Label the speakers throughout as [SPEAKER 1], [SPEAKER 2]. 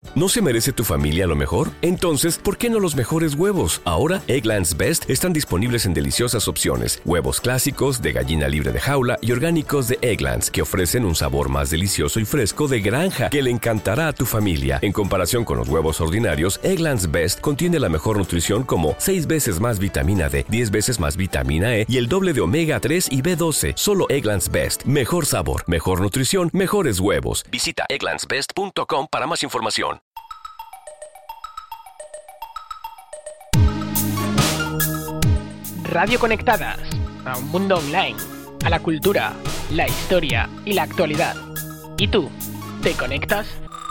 [SPEAKER 1] ¿No se merece tu familia lo mejor? Entonces, ¿por qué no los mejores huevos? Ahora, Eggland's Best están disponibles en deliciosas opciones. Huevos clásicos, de gallina libre de jaula y orgánicos de Eggland's, que ofrecen un sabor más delicioso y fresco de granja que le encantará a tu familia. En comparación con los huevos ordinarios, Eggland's Best contiene la mejor nutrición como 6 veces más vitamina D, 10 veces más vitamina E y el doble de omega 3 y B12. Solo Eggland's Best. Mejor sabor, mejor nutrición, mejores huevos. Visita egglandsbest.com para más información.
[SPEAKER 2] Radio Conectadas, a un mundo online, a la cultura, la historia y la actualidad. ¿Y tú, te conectas?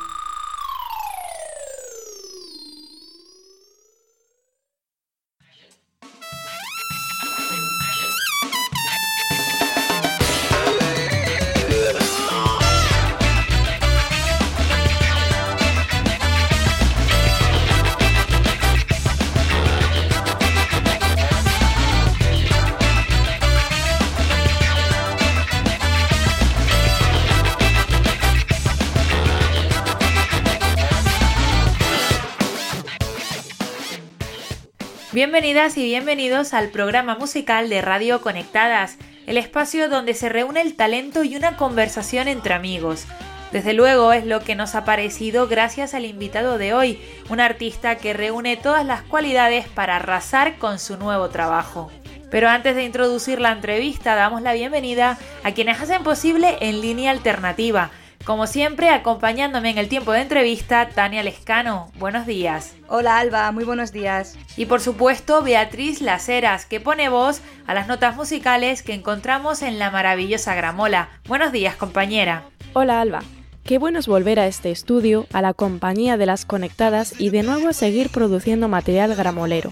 [SPEAKER 3] Bienvenidas y bienvenidos al programa musical de Radio Conectadas, el espacio donde se reúne el talento y una conversación entre amigos. Desde luego es lo que nos ha parecido gracias al invitado de hoy, un artista que reúne todas las cualidades para arrasar con su nuevo trabajo. Pero antes de introducir la entrevista, damos la bienvenida a quienes hacen posible En Línea Alternativa. Como siempre, acompañándome en el tiempo de entrevista, Tania Lescano. Buenos días.
[SPEAKER 4] Hola Alba, muy buenos días.
[SPEAKER 3] Y por supuesto, Beatriz Las Heras, que pone voz a las notas musicales que encontramos en la maravillosa Gramola. Buenos días, compañera.
[SPEAKER 5] Hola Alba. Qué bueno es volver a este estudio, a la compañía de las conectadas y de nuevo seguir produciendo material gramolero.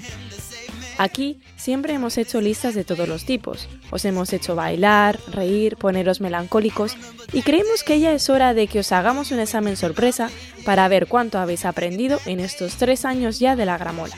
[SPEAKER 5] Aquí siempre hemos hecho listas de todos los tipos. Os hemos hecho bailar, reír, poneros melancólicos y creemos que ya es hora de que os hagamos un examen sorpresa para ver cuánto habéis aprendido en estos 3 años ya de la Gramola.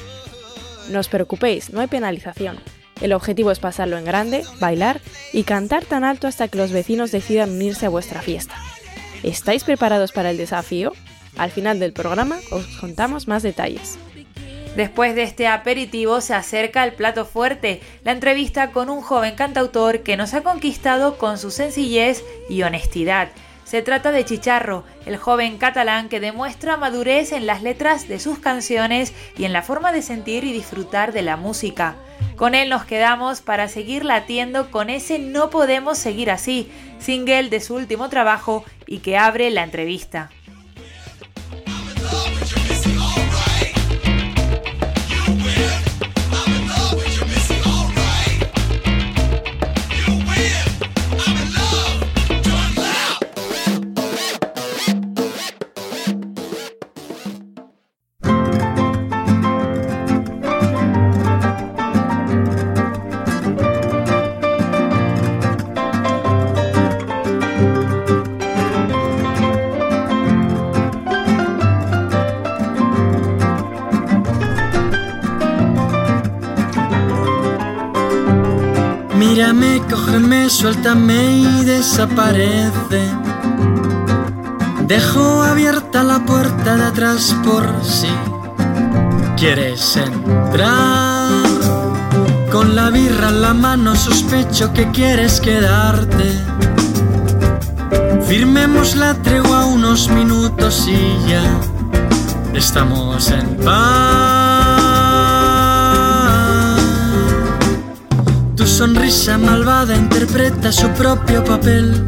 [SPEAKER 5] No os preocupéis, no hay penalización. El objetivo es pasarlo en grande, bailar y cantar tan alto hasta que los vecinos decidan unirse a vuestra fiesta. ¿Estáis preparados para el desafío? Al final del programa os contamos más detalles.
[SPEAKER 3] Después de este aperitivo se acerca el plato fuerte, la entrevista con un joven cantautor que nos ha conquistado con su sencillez y honestidad. Se trata de Chicharro, el joven catalán que demuestra madurez en las letras de sus canciones y en la forma de sentir y disfrutar de la música. Con él nos quedamos para seguir latiendo con ese No Podemos Seguir Así, single de su último trabajo y que abre la entrevista.
[SPEAKER 6] Mírame, cógeme, suéltame y desaparece. Dejo abierta la puerta de atrás por si quieres entrar. Con la birra en la mano sospecho que quieres quedarte. Firmemos la tregua unos minutos y ya estamos en paz. Tu sonrisa malvada interpreta su propio papel.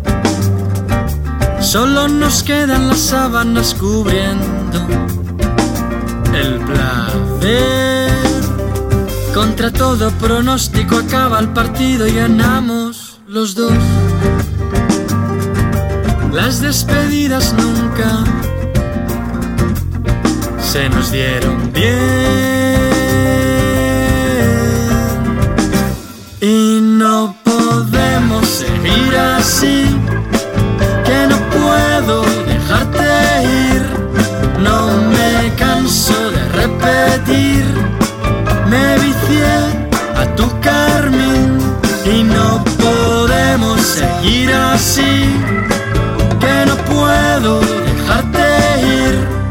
[SPEAKER 6] Solo nos quedan las sábanas cubriendo el placer. Contra todo pronóstico acaba el partido y ganamos los dos. Las despedidas nunca se nos dieron bien. Y no podemos seguir así, que no puedo dejarte ir. No me canso de repetir, me vicié a tu carmín. Y no podemos seguir así, que no puedo dejarte ir.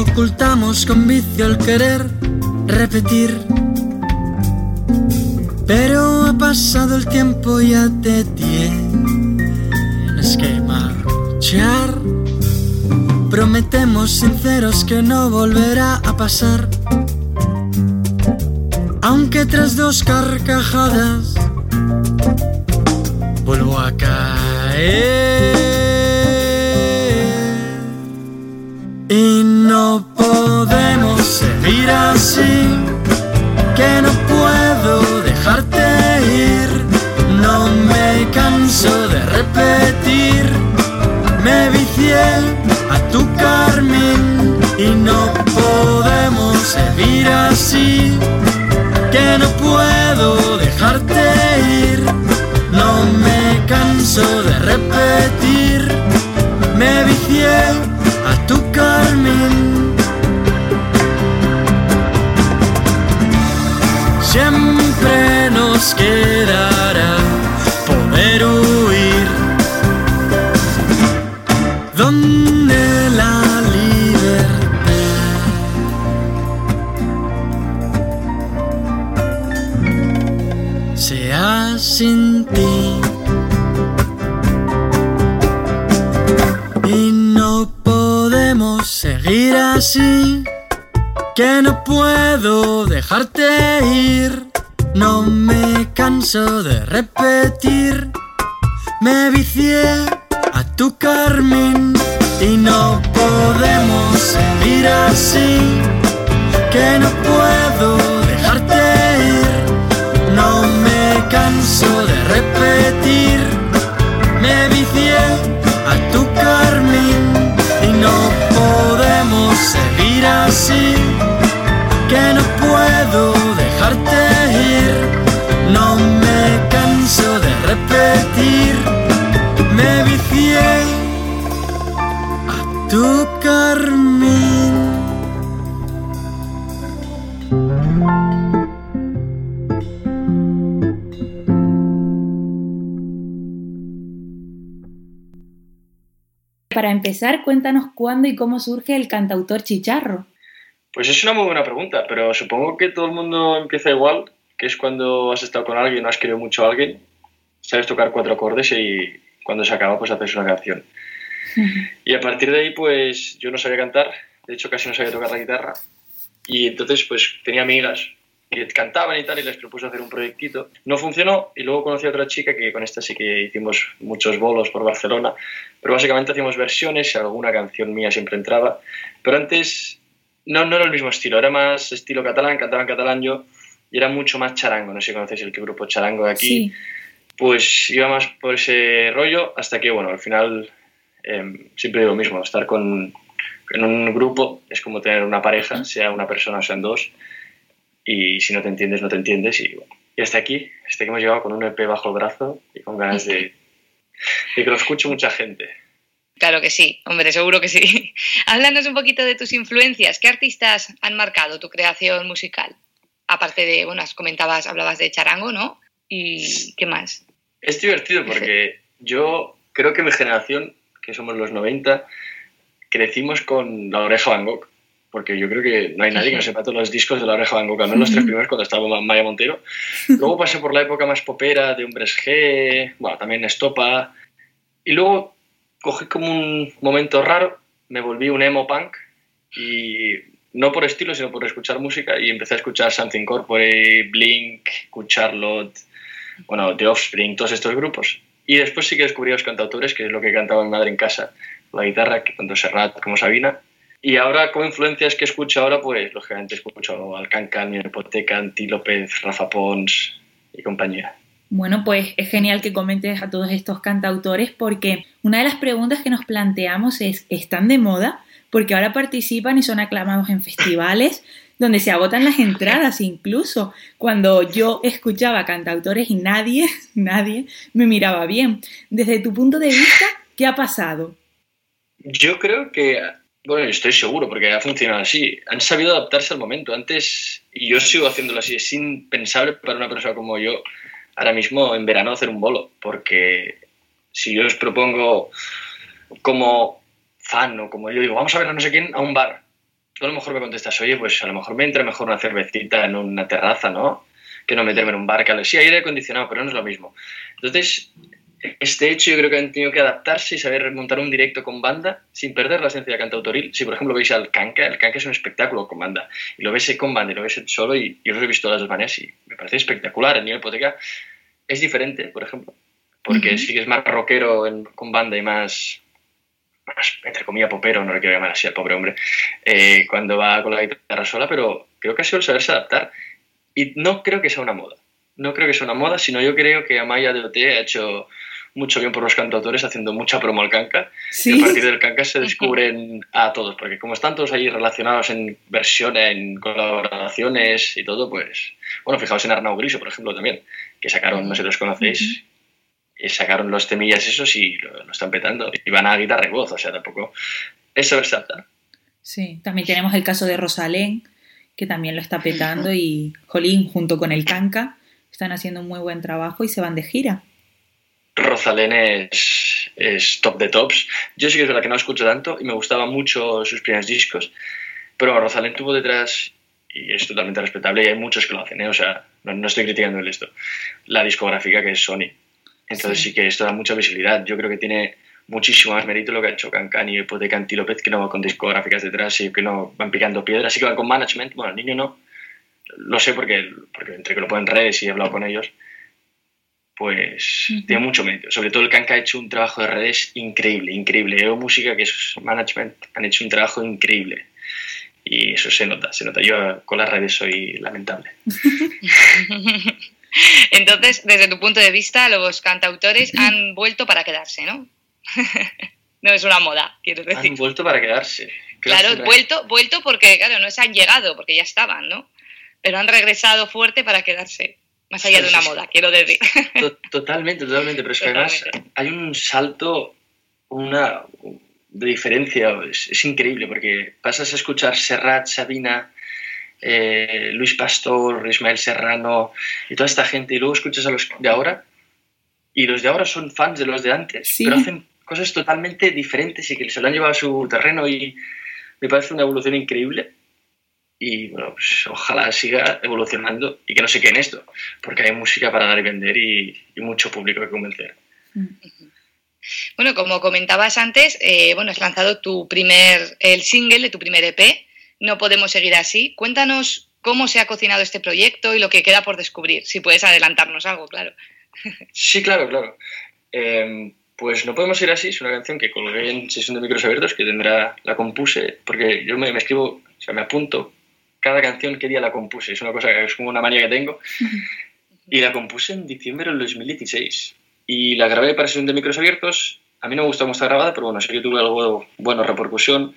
[SPEAKER 6] ocultamos con vicio el querer repetir. Pero ha pasado el tiempo, ya te tienes que marchar. Prometemos sinceros que no volverá a pasar. Aunque tras 2 carcajadas vuelvo a caer. Y no podemos seguir así, que no puedo dejarte ir. No me canso de repetir, me vicié a tu carmín. Y no podemos seguir así, que no puedo dejarte ir. No me canso de repetir, me vicié a tu carmín. Siempre nos quedará poder huir, donde la libertad sea sin ti. Y no podemos seguir así, que no puedo dejarte ir. No me canso de repetir, me vicié a tu carmín. Y no podemos seguir así, que no puedo dejarte ir. No me canso de repetir, me vicié a tu carmín. Y no podemos seguir así, que no puedo dejarte ir. No me canso de repetir, me vicié a tu carmín.
[SPEAKER 3] Para empezar, cuéntanos cuándo y cómo surge el cantautor chicharro.
[SPEAKER 7] Pues es una muy buena pregunta, pero supongo que todo el mundo empieza igual, que es cuando has estado con alguien o has querido mucho a alguien, sabes tocar 4 acordes y cuando se acaba pues haces una canción. Y a partir de ahí pues yo no sabía cantar, de hecho casi no sabía tocar la guitarra, y entonces pues tenía amigas que cantaban y tal y les propuse hacer un proyectito. No funcionó y luego conocí a otra chica que con esta sí que hicimos muchos bolos por Barcelona, pero básicamente hacíamos versiones y alguna canción mía siempre entraba, pero antes no era el mismo estilo, era más estilo catalán, cantaba en catalán yo y era mucho más charango, no sé si conocéis el grupo charango de aquí.
[SPEAKER 3] Sí.
[SPEAKER 7] Pues iba más por ese rollo hasta que, bueno, al final siempre digo lo mismo, estar en un grupo es como tener una pareja, sea una persona o sean 2, y si no te entiendes, no te entiendes, y bueno, y hasta aquí hemos llegado con un EP bajo el brazo y con ganas de que lo escuche mucha gente.
[SPEAKER 8] Claro que sí, hombre, seguro que sí. Háblanos un poquito de tus influencias. ¿Qué artistas han marcado tu creación musical? Aparte de, bueno, hablabas de charango, ¿no? ¿Y qué más?
[SPEAKER 7] Es divertido porque yo creo que mi generación, que somos los 90, crecimos con La Oreja Van Gogh, porque yo creo que no hay nadie que no sepa todos los discos de La Oreja Van Gogh, al menos los 3 primeros cuando estaba Maya Montero. Luego pasé por la época más popera de Hombres G, bueno, también Estopa, y luego cogí como un momento raro, me volví un emo punk, y no por estilo, sino por escuchar música, y empecé a escuchar Something Corporate, Blink, Good Charlotte, bueno, The Offspring, todos estos grupos. Y después sí que descubrí a los cantautores, que es lo que cantaba mi madre en casa, la guitarra, tanto Serrat como Sabina. Y ahora, como influencias que escucho ahora, pues lógicamente escucho al Can, Hipoteca, Anti López, Rafa Pons y compañía.
[SPEAKER 3] Bueno, pues es genial que comentes a todos estos cantautores porque una de las preguntas que nos planteamos es, ¿están de moda? Porque ahora participan y son aclamados en festivales donde se agotan las entradas incluso. Cuando yo escuchaba cantautores y nadie me miraba bien. Desde tu punto de vista, ¿qué ha pasado?
[SPEAKER 7] Yo creo que, bueno, estoy seguro porque ha funcionado así. Han sabido adaptarse al momento. Antes, y yo sigo haciéndolo así, es impensable para una persona como yo ahora mismo en verano hacer un bolo, porque si yo os propongo como fan o como yo digo, vamos a ver a no sé quién a un bar, tú a lo mejor me contestas, oye, pues a lo mejor me entra mejor una cervecita en una terraza, ¿no? Que no meterme en un bar, que sí, aire acondicionado, pero no es lo mismo. Entonces, este hecho yo creo que han tenido que adaptarse y saber montar un directo con banda sin perder la esencia cantautoril. Si, por ejemplo, veis al Kanka, el Kanka es un espectáculo con banda. Y lo ves con banda y lo ves solo, y yo los he visto de las dos maneras y me parece espectacular. El nivel hipoteca es diferente, por ejemplo, porque sí que es más rockero con banda y más, entre comillas, popero, no le quiero llamar así al pobre hombre, cuando va con la guitarra sola, pero creo que ha sido el saberse adaptar. Y no creo que sea una moda. No creo que sea una moda, sino yo creo que Amaya de OT ha hecho mucho bien por los cantautores haciendo mucha promo al Kanka.
[SPEAKER 9] Sí.
[SPEAKER 7] Y a partir del Kanka se descubren a todos, porque como están todos ahí relacionados en versiones, en colaboraciones y todo, pues... Bueno, fijaos en Arnau Griso, por ejemplo, también, que sacaron, no sé si los conocéis, y sacaron los temillas esos y lo están petando. Y van a guitarra y voz, o sea, tampoco... Eso es adaptar.
[SPEAKER 9] Sí, también tenemos el caso de Rosalén, que también lo está petando, y Jolín, junto con el Kanka, están haciendo un muy buen trabajo y se van de gira.
[SPEAKER 7] Rosalén es top de tops. Yo sí que es verdad que no escucho tanto y me gustaban mucho sus primeros discos, pero Rosalén tuvo detrás, y es totalmente respetable, y hay muchos que lo hacen, o sea, no estoy criticando esto, la discográfica que es Sony. Entonces sí que esto da mucha visibilidad. Yo creo que tiene muchísimo más mérito lo que ha hecho Cancan y Hipoteca Antilópez, que no va con discográficas detrás y que no van picando piedras, sí que van con management. Bueno, el niño no, lo sé porque entre que lo ponen en redes y he hablado con ellos, pues tiene mucho mérito. Sobre todo el Kanka ha hecho un trabajo de redes increíble. EO Música, que es management, han hecho un trabajo increíble. Y eso se nota. Yo con las redes soy lamentable.
[SPEAKER 8] Entonces, desde tu punto de vista, los cantautores han vuelto para quedarse, ¿no? No es una moda, quiero decir.
[SPEAKER 7] Han vuelto para quedarse.
[SPEAKER 8] Claro, vuelto porque, claro, no se han llegado, porque ya estaban, ¿no? Pero han regresado fuerte para quedarse. Más allá de una moda, quiero decir.
[SPEAKER 7] Totalmente. Pero es que además hay un salto, de diferencia. Es increíble, porque pasas a escuchar Serrat, Sabina, Luis Pastor, Ismael Serrano y toda esta gente, y luego escuchas a los de ahora, y los de ahora son fans de los de antes, pero hacen cosas totalmente diferentes y que se lo han llevado a su terreno, y me parece una evolución increíble. Y bueno, pues ojalá siga evolucionando y que no se quede en esto, porque hay música para dar y vender y mucho público que convencer.
[SPEAKER 8] Bueno, como comentabas antes, has lanzado el single de tu primer EP, No podemos seguir así. Cuéntanos cómo se ha cocinado este proyecto y lo que queda por descubrir, si puedes adelantarnos algo, claro.
[SPEAKER 7] Sí, claro. Pues No podemos seguir así es una canción que colgué en sesión de micros abiertos, que la compuse, porque yo me escribo, o sea, me apunto cada canción qué día la compuse. Es una cosa que es como una manía que tengo. Y la compuse en diciembre del 2016. Y la grabé para sesión de micros abiertos. A mí no me gustó cómo está grabada, pero bueno, sé que tuve algo buena repercusión.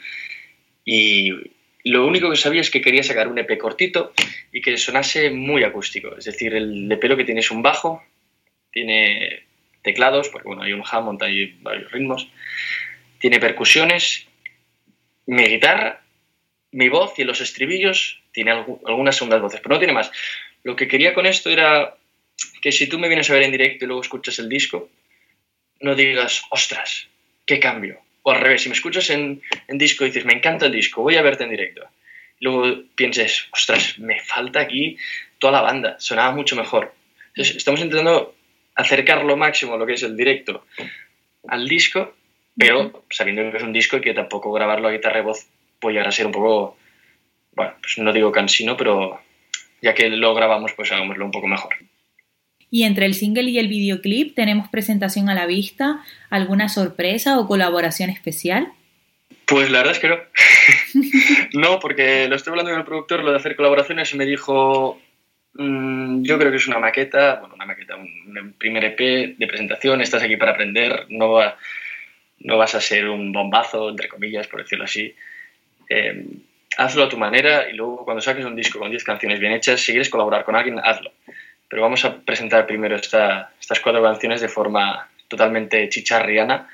[SPEAKER 7] Y lo único que sabía es que quería sacar un EP cortito y que sonase muy acústico. Es decir, el EP lo que tiene es un bajo, tiene teclados, porque bueno, hay un Hammond, hay varios ritmos, tiene percusiones, mi guitarra, mi voz, y en los estribillos tiene algunas segundas voces, pero no tiene más. Lo que quería con esto era que si tú me vienes a ver en directo y luego escuchas el disco, no digas, ostras, qué cambio. O al revés, si me escuchas en disco y dices, me encanta el disco, voy a verte en directo. Y luego pienses, ostras, me falta aquí toda la banda, sonaba mucho mejor. Entonces, estamos intentando acercar lo máximo lo que es el directo al disco, pero sabiendo que es un disco y que tampoco grabarlo a guitarra y voz puede llegar a ser un poco, bueno, pues no digo cansino, pero ya que lo grabamos, pues hagámoslo un poco mejor.
[SPEAKER 9] Y entre el single y el videoclip, ¿tenemos presentación a la vista? ¿Alguna sorpresa o colaboración especial?
[SPEAKER 7] Pues la verdad es que no. No, porque lo estoy hablando con el productor, lo de hacer colaboraciones, y me dijo, yo creo que es una maqueta, un primer EP de presentación, estás aquí para aprender, no vas a ser un bombazo, entre comillas, por decirlo así. Hazlo a tu manera, y luego cuando saques un disco con 10 canciones bien hechas, si quieres colaborar con alguien, hazlo. Pero vamos a presentar primero estas 4 canciones de forma totalmente chicharriana,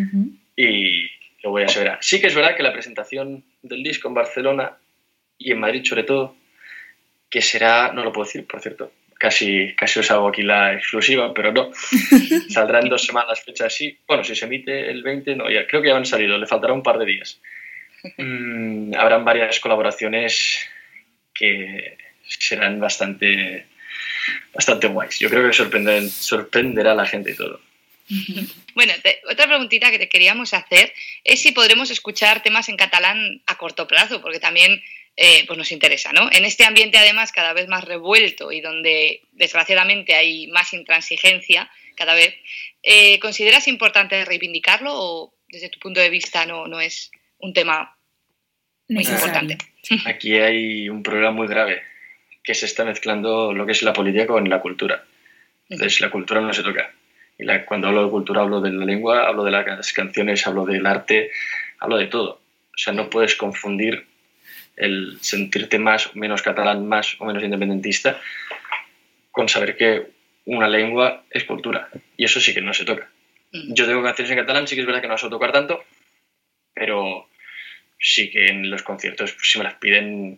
[SPEAKER 7] y luego ya se verá. Sí que es verdad que la presentación del disco en Barcelona y en Madrid sobre todo, que será, no lo puedo decir, por cierto, casi os hago aquí la exclusiva, pero no, saldrá en 2 semanas, fecha así. Bueno, si se emite el 20, no, ya creo que ya han salido, le faltará un par de días. Habrán varias colaboraciones que serán bastante guays. Yo creo que sorprenderá a la gente y todo.
[SPEAKER 8] Bueno, otra preguntita que te queríamos hacer es si podremos escuchar temas en catalán a corto plazo, porque también pues nos interesa, ¿no? En este ambiente, además, cada vez más revuelto y donde, desgraciadamente, hay más intransigencia cada vez, ¿consideras importante reivindicarlo o, desde tu punto de vista, no es un tema muy importante?
[SPEAKER 7] Aquí hay un problema muy grave, que se está mezclando lo que es la política con la cultura. Entonces, la cultura no se toca. Y cuando hablo de cultura hablo de la lengua, hablo de las canciones, hablo del arte, hablo de todo. O sea, no puedes confundir el sentirte más o menos catalán, más o menos independentista, con saber que una lengua es cultura. Y eso sí que no se toca. Yo tengo canciones en catalán, sí que es verdad que no las suelo tocar tanto, pero sí que en los conciertos, pues, si me las piden,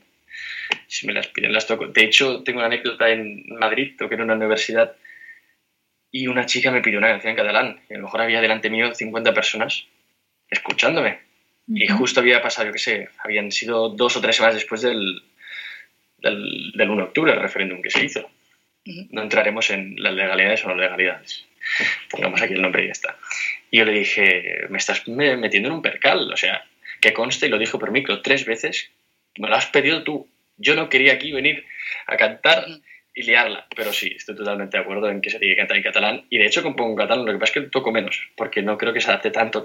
[SPEAKER 7] las toco. De hecho, tengo una anécdota en Madrid, toqué en una universidad y una chica me pidió una canción en catalán. Y a lo mejor había delante mío 50 personas escuchándome. Y justo había pasado, yo qué sé, habían sido 2 o 3 semanas después del 1 de octubre, el referéndum que se hizo. No entraremos en las legalidades o no legalidades. Pongamos aquí el nombre y ya está. Y yo le dije, me estás metiendo en un percal. O sea, que conste, y lo dijo por micro 3 veces, me lo has pedido tú. Yo no quería aquí venir a cantar y liarla. Pero sí, estoy totalmente de acuerdo en que se tiene que cantar en catalán. Y de hecho compongo en catalán, lo que pasa es que toco menos, porque no creo que se adapte tanto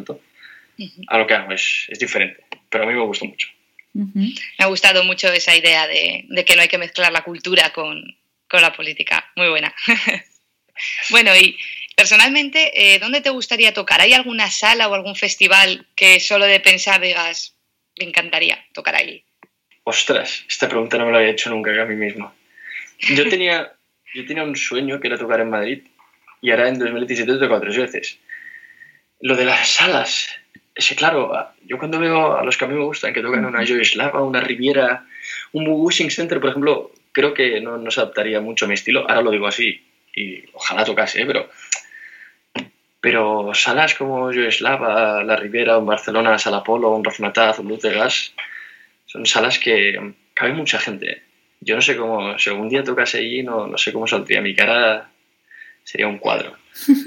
[SPEAKER 7] a lo que hago. Es diferente. Pero a mí me gustó mucho.
[SPEAKER 8] Me ha gustado mucho esa idea de que no hay que mezclar la cultura con la política. Muy buena. Bueno, y personalmente, ¿dónde te gustaría tocar? ¿Hay alguna sala o algún festival que solo de pensar digas, me encantaría tocar allí?
[SPEAKER 7] Ostras, esta pregunta no me la había hecho nunca a mí mismo. Yo tenía un sueño que era tocar en Madrid y ahora en 2017 he tocado 3 veces. Lo de las salas, es que claro, yo cuando veo a los que a mí me gustan que tocan una Joyslava, una Riviera, un Wishing Center, por ejemplo, creo que no se adaptaría mucho a mi estilo. Ahora lo digo así y ojalá tocase, pero salas como Joyslava, la Riviera, un Barcelona, Sala Polo, un Razmataz, un Luz de Gas, son salas que cabe mucha gente. Yo no sé cómo, si algún día tocase allí, no sé cómo saldría. Mi cara sería un cuadro.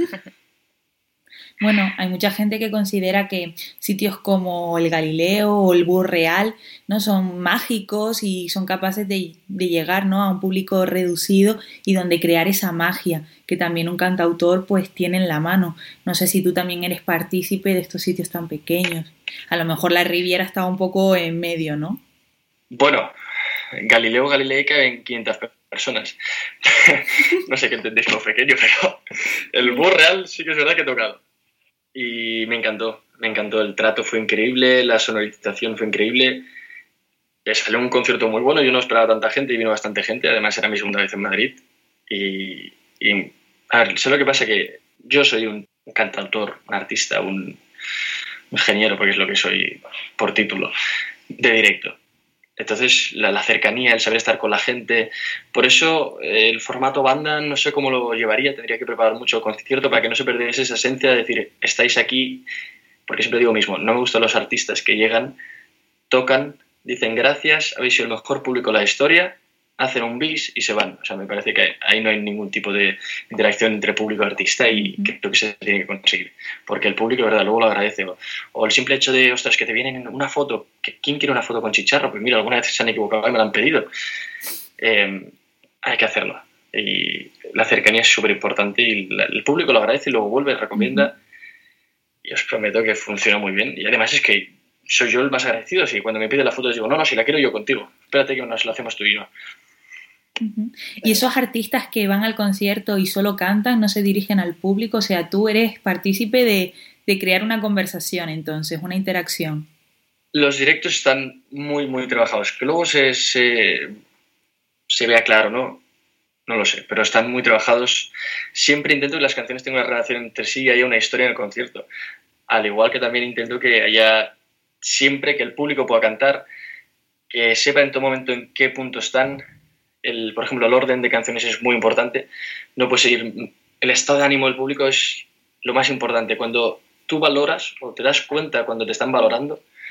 [SPEAKER 9] Bueno, hay mucha gente que considera que sitios como el Galileo o el Bus Real no son mágicos y son capaces de llegar, ¿no?, a un público reducido y donde crear esa magia que también un cantautor pues tiene en la mano. No sé si tú también eres partícipe de estos sitios tan pequeños. A lo mejor la Riviera estaba un poco en medio, ¿no?
[SPEAKER 7] Bueno, Galileo Galilei caben 500 personas. No sé qué entendéis como pequeño, pero el Bus Real sí que es verdad que he tocado. Y me encantó, el trato fue increíble, la sonorización fue increíble, salió un concierto muy bueno, yo no esperaba tanta gente y vino bastante gente, además era mi segunda vez en Madrid y a ver, sé lo que pasa, que yo soy un cantautor, un artista, un ingeniero, porque es lo que soy por título, de directo. Entonces, la cercanía, el saber estar con la gente. Por eso, el formato banda no sé cómo lo llevaría. Tendría que preparar mucho el concierto para que no se perdiese esa esencia de decir, estáis aquí. Porque siempre digo lo mismo, no me gustan los artistas que llegan, tocan, dicen gracias, habéis sido el mejor público de la historia, hacen un bis y se van. O sea, me parece que ahí no hay ningún tipo de interacción entre público y artista y creo que se tiene que conseguir. Porque el público, de verdad, luego lo agradece. O el simple hecho de, ostras, que te vienen una foto. ¿Quién quiere una foto con Chicharro? Pues mira, alguna vez se han equivocado y me la han pedido. Hay que hacerlo. Y la cercanía es súper importante y el público lo agradece y luego vuelve, recomienda. Y os prometo que funciona muy bien. Y además es que soy yo el más agradecido. Si cuando me piden la foto les digo, no, si la quiero yo contigo. Espérate que nos la hacemos tú y yo.
[SPEAKER 9] Y esos artistas que van al concierto y solo cantan, no se dirigen al público, o sea, tú eres partícipe de crear una conversación, entonces, una interacción.
[SPEAKER 7] Los directos están muy, muy trabajados. Que luego se vea claro, ¿no? No lo sé, pero están muy trabajados. Siempre intento que las canciones tengan una relación entre sí y haya una historia en el concierto. Al igual que también intento que haya siempre que el público pueda cantar, que sepa en todo momento en qué punto están. Por ejemplo, el orden de canciones es muy importante. No puede seguir. El estado de ánimo del público es lo más importante. Cuando tú valoras o te das cuenta cuando te están valorando,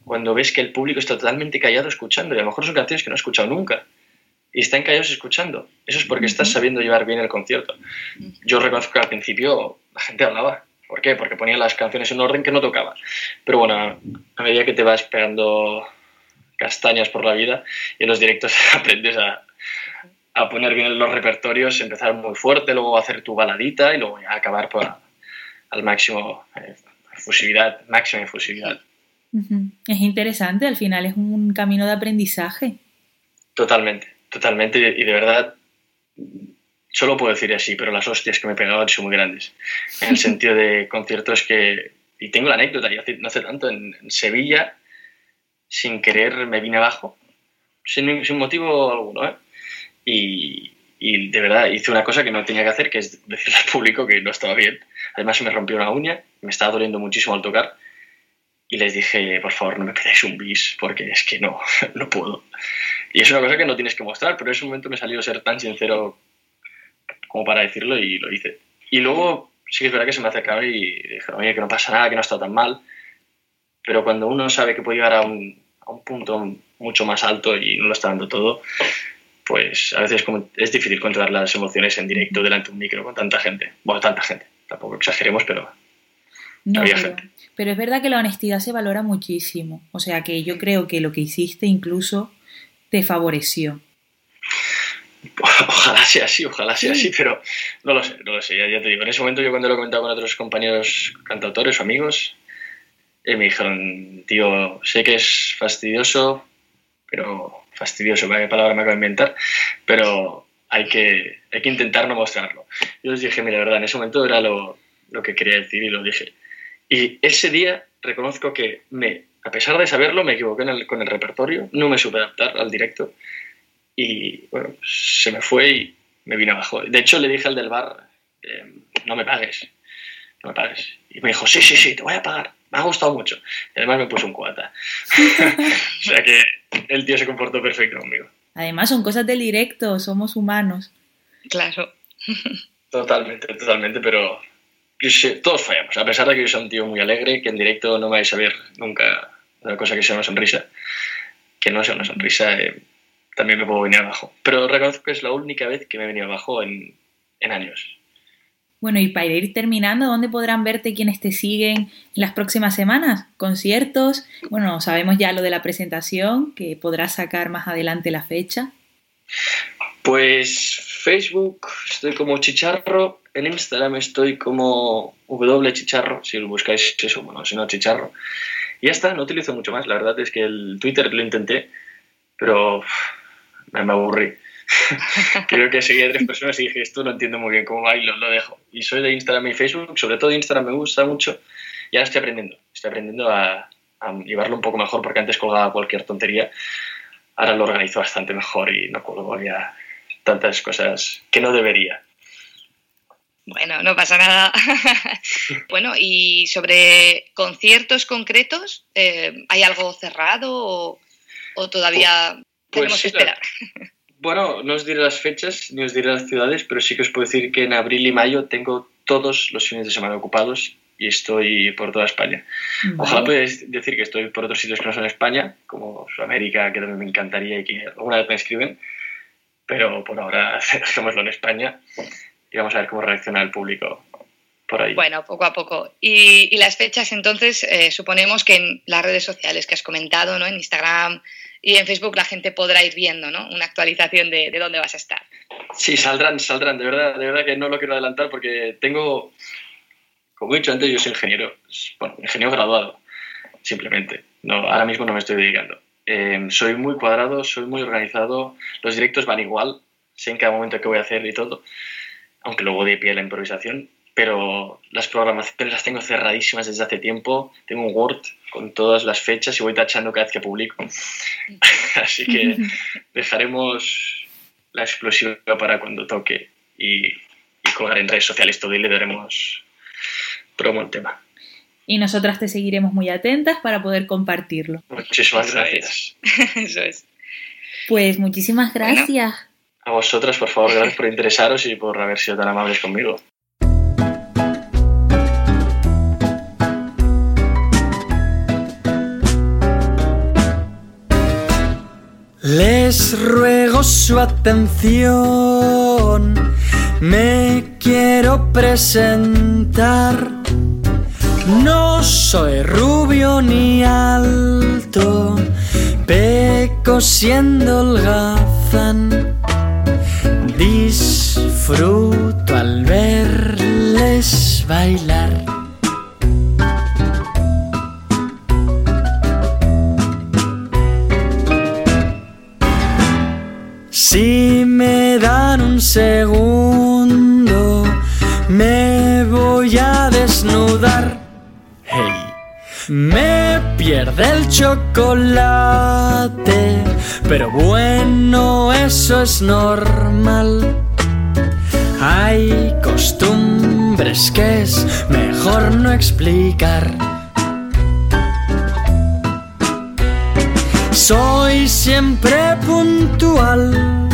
[SPEAKER 7] cuando ves que el público está totalmente callado escuchando, y a lo mejor son canciones que no he escuchado nunca, y están callados escuchando. Eso es porque estás sabiendo llevar bien el concierto. Yo reconozco que al principio la gente hablaba. ¿Por qué? Porque ponía las canciones en un orden que no tocaba. Pero bueno, a medida que te vas pegando castañas por la vida y en los directos aprendes a poner bien los repertorios, empezar muy fuerte, luego hacer tu baladita y luego ya acabar al máximo máxima efusividad.
[SPEAKER 9] Es interesante, al final es un camino de aprendizaje.
[SPEAKER 7] Totalmente, y de verdad solo puedo decir así, pero las hostias que me he pegado han sido muy grandes, en el sentido de conciertos y tengo la anécdota, yo no hace tanto, en Sevilla, sin querer me vine abajo, sin motivo alguno, y de verdad hice una cosa que no tenía que hacer, que es decirle al público que no estaba bien. Además se me rompió una uña, me estaba doliendo muchísimo al tocar, y les dije, por favor, no me pedáis un bis, porque es que no puedo. Y es una cosa que no tienes que mostrar, pero en ese momento me salió ser tan sincero como para decirlo y lo hice. Y luego sí que es verdad que se me acercaba y dije, oye, que no pasa nada, que no ha estado tan mal. Pero cuando uno sabe que puede llegar a un punto mucho más alto y no lo está dando todo, pues a veces es difícil controlar las emociones en directo delante de un micro con tanta gente. Bueno, tanta gente, tampoco exageremos, pero había gente.
[SPEAKER 9] Pero es verdad que la honestidad se valora muchísimo. O sea que yo creo que lo que hiciste incluso te favoreció.
[SPEAKER 7] Ojalá sea así, pero no lo sé, ya te digo. En ese momento yo cuando lo he comentado con otros compañeros cantautores o amigos, me dijeron, tío, sé que es fastidioso, vaya palabra me acabo de inventar, pero hay que intentar no mostrarlo. Yo les dije, mira, la verdad, en ese momento era lo que quería decir y lo dije. Y ese día reconozco que a pesar de saberlo, me equivoqué con el repertorio, no me supe adaptar al directo y bueno, se me fue y me vine abajo. De hecho, le dije al del bar, no me pagues. Y me dijo, sí, te voy a pagar. Me ha gustado mucho. Y además me puso un cubata. O sea que el tío se comportó perfecto conmigo.
[SPEAKER 9] Además son cosas del directo, somos humanos.
[SPEAKER 8] Claro.
[SPEAKER 7] Totalmente, pero todos fallamos. A pesar de que yo soy un tío muy alegre, que en directo no me vais a ver nunca una cosa que sea una sonrisa, que no sea una sonrisa, también me puedo venir abajo. Pero reconozco que es la única vez que me he venido abajo en años.
[SPEAKER 9] Bueno, y para ir terminando, ¿dónde podrán verte quienes te siguen en las próximas semanas? ¿Conciertos? Bueno, sabemos ya lo de la presentación, que podrás sacar más adelante la fecha.
[SPEAKER 7] Pues Facebook estoy como Chicharro, en Instagram estoy como wchicharro, si lo buscáis eso, bueno, si no Chicharro. Y ya está, no utilizo mucho más, la verdad es que el Twitter lo intenté, pero me aburrí. Creo que seguí a 3 personas y dije, esto no entiendo muy bien cómo va y lo dejo. Y soy de Instagram y Facebook, sobre todo Instagram me gusta mucho y ahora estoy aprendiendo a llevarlo un poco mejor porque antes colgaba cualquier tontería, ahora lo organizo bastante mejor y no colgo ya tantas cosas que no debería.
[SPEAKER 8] Bueno, no pasa nada. Bueno, y sobre conciertos concretos, ¿hay algo cerrado o todavía tenemos que esperar?
[SPEAKER 7] Bueno, no os diré las fechas ni os diré las ciudades, pero sí que os puedo decir que en abril y mayo tengo todos los fines de semana ocupados y estoy por toda España. Vale. Ojalá podáis decir que estoy por otros sitios que no son España, como Sudamérica, que también me encantaría y que alguna vez me escriben, pero por ahora dejémoslo en España y vamos a ver cómo reacciona el público por ahí.
[SPEAKER 8] Bueno, poco a poco. Y las fechas, entonces, suponemos que en las redes sociales que has comentado, ¿no? En Instagram y en Facebook la gente podrá ir viendo, ¿no? Una actualización de dónde vas a estar.
[SPEAKER 7] Sí, saldrán, de verdad que no lo quiero adelantar porque tengo, como he dicho antes, yo soy ingeniero graduado, simplemente. No, ahora mismo no me estoy dedicando. Soy muy cuadrado, soy muy organizado, los directos van igual, sé en cada momento qué voy a hacer y todo, aunque luego de pie la improvisación, pero las programaciones las tengo cerradísimas desde hace tiempo, tengo un Word con todas las fechas y voy tachando cada vez que publico. Así que dejaremos la explosiva para cuando toque y colgar en redes sociales todo y le daremos promo al tema.
[SPEAKER 9] Y nosotras te seguiremos muy atentas para poder compartirlo.
[SPEAKER 7] Muchísimas gracias.
[SPEAKER 8] Eso es.
[SPEAKER 9] Pues muchísimas gracias. Bueno,
[SPEAKER 7] a vosotras, por favor, gracias por interesaros y por haber sido tan amables conmigo.
[SPEAKER 6] les ruego su atención. Me quiero presentar. No soy rubio ni alto, peco siendo holgazán. Disfruto al verles bailar. Si me dan un segundo, me voy a desnudar. Hey, me pierde el chocolate, pero bueno, eso es normal. Hay costumbres que es mejor no explicar. Soy siempre puntual,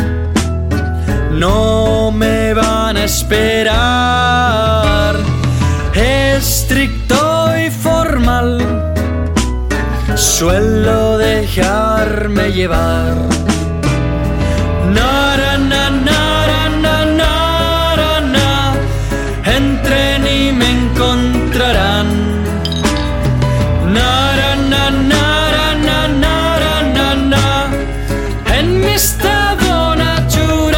[SPEAKER 6] no me van a esperar. Estricto y formal, suelo dejarme llevar. Nara, na, nara, na, nara, na. Entren y me encontrarán. Nara, na, nara, na, nara, na, na. En mi estado natural.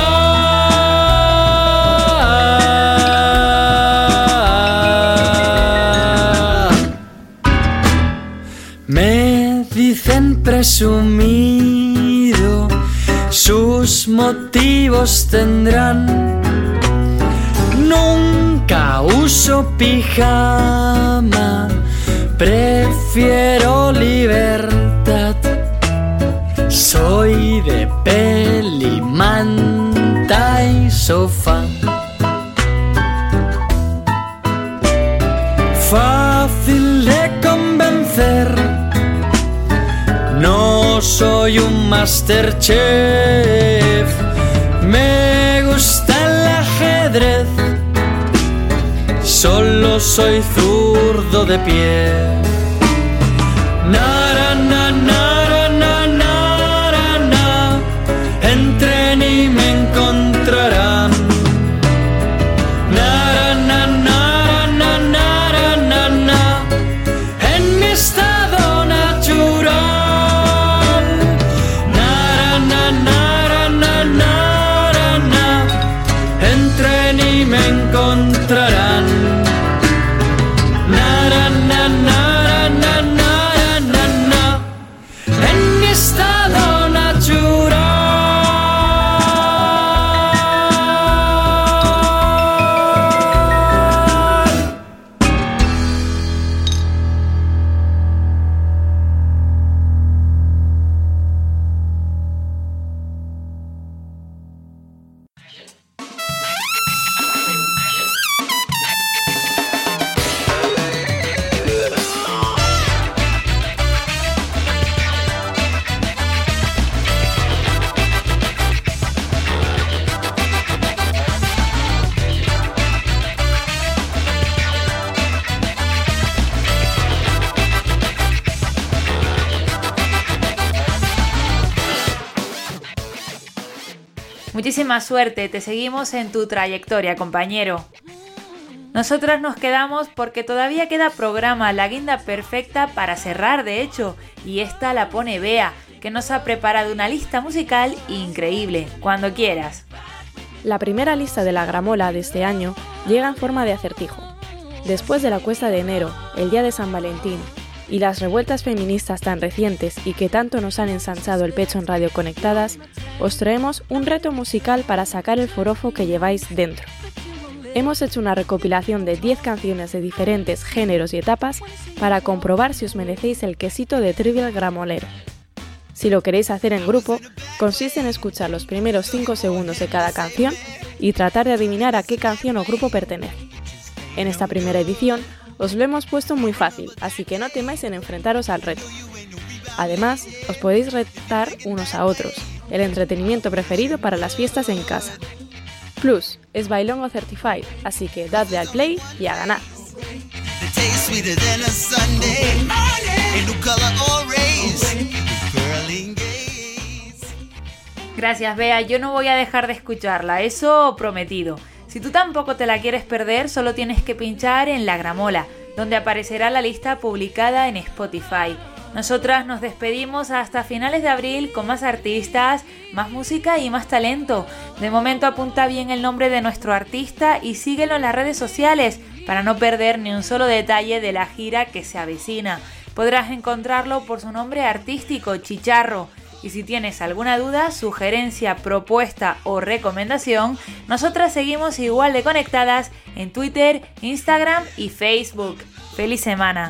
[SPEAKER 6] Me dicen presumido, sus motivos tendrán. Nunca uso pijama, prefiero libertad. Soy de peli, manta y sofá. Fácil de convencer, no soy un Masterchef. Me gusta el ajedrez, solo soy zurdo de pie. Nara, na, nara, na, nara, na. Entren y me encontrarán. Nara, na, nara, na, nara, na, na. En mi estado natural. Nara, na, nara, na, nara, na. Entren y me encontrarán. Nara, na, nara, na, nara, na, na. En mi estado natural.
[SPEAKER 3] Muchísima suerte, te seguimos en tu trayectoria, compañero. Nosotras nos quedamos porque todavía queda programa, la guinda perfecta para cerrar, de hecho, y esta la pone Bea, que nos ha preparado una lista musical increíble, cuando quieras.
[SPEAKER 5] La primera lista de la Gramola de este año llega en forma de acertijo. Después de la cuesta de enero, el día de San Valentín, y las revueltas feministas tan recientes y que tanto nos han ensanchado el pecho en Radio Conectadas, os traemos un reto musical para sacar el forofo que lleváis dentro. Hemos hecho una recopilación de 10 canciones de diferentes géneros y etapas para comprobar si os merecéis el quesito de Trivial Gramolero. Si lo queréis hacer en grupo, consiste en escuchar los primeros 5 segundos de cada canción y tratar de adivinar a qué canción o grupo pertenece. En esta primera edición os lo hemos puesto muy fácil, así que no temáis en enfrentaros al reto. Además, os podéis retar unos a otros, el entretenimiento preferido para las fiestas en casa. Plus, es Bailongo Certified, así que dadle al play y a ganar.
[SPEAKER 3] Gracias, Bea. Yo no voy a dejar de escucharla, eso prometido. Si tú tampoco te la quieres perder, solo tienes que pinchar en La Gramola, donde aparecerá la lista publicada en Spotify. Nosotras nos despedimos hasta finales de abril con más artistas, más música y más talento. De momento apunta bien el nombre de nuestro artista y síguelo en las redes sociales para no perder ni un solo detalle de la gira que se avecina. Podrás encontrarlo por su nombre artístico, Chicharro. Y si tienes alguna duda, sugerencia, propuesta o recomendación, nosotras seguimos igual de conectadas en Twitter, Instagram y Facebook. ¡Feliz semana!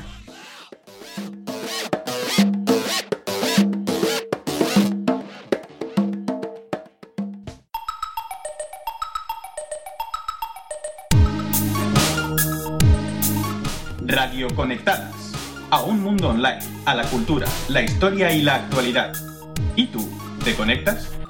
[SPEAKER 10] Radio Conectadas. A un mundo online, a la cultura, la historia y la actualidad. ¿Y tú, te conectas?